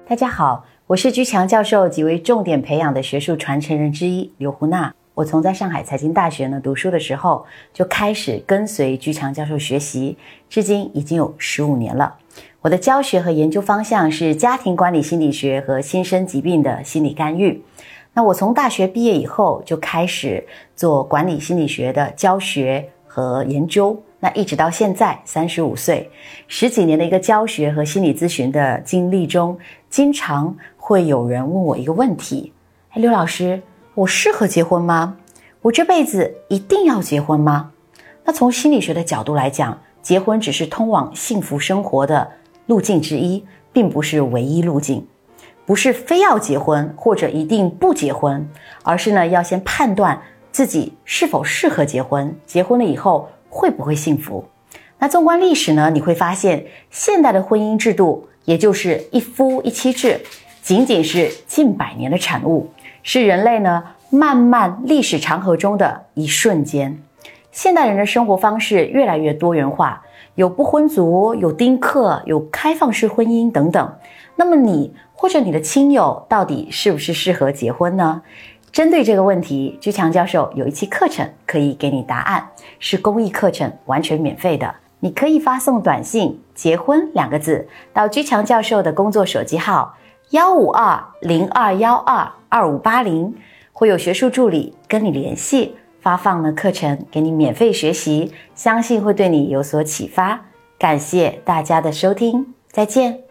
大家好，我是居强教授几位重点培养的学术传承人之一刘胡娜。我从在上海财经大学读书的时候就开始跟随居强教授学习，至今已经有15年了。我的教学和研究方向是家庭管理心理学和新生疾病的心理干预。那我从大学毕业以后就开始做管理心理学的教学和研究，那一直到现在35岁，10几年的一个教学和心理咨询的经历中，经常会有人问我一个问题：刘老师，我适合结婚吗？我这辈子一定要结婚吗？那从心理学的角度来讲，结婚只是通往幸福生活的路径之一，并不是唯一路径。不是非要结婚或者一定不结婚，而是要先判断自己是否适合结婚，结婚了以后会不会幸福。那纵观历史你会发现现代的婚姻制度，也就是一夫一妻制，仅仅是近100年的产物，是人类漫漫历史长河中的一瞬间。现代人的生活方式越来越多元化，有不婚族，有丁克，有开放式婚姻等等。那么你或者你的亲友到底是不是适合结婚呢？针对这个问题，居强教授有一期课程可以给你答案，是公益课程，完全免费的。你可以发送短信结婚2个字到居强教授的工作手机号15202122580，会有学术助理跟你联系，发放课程给你免费学习，相信会对你有所启发。感谢大家的收听，再见。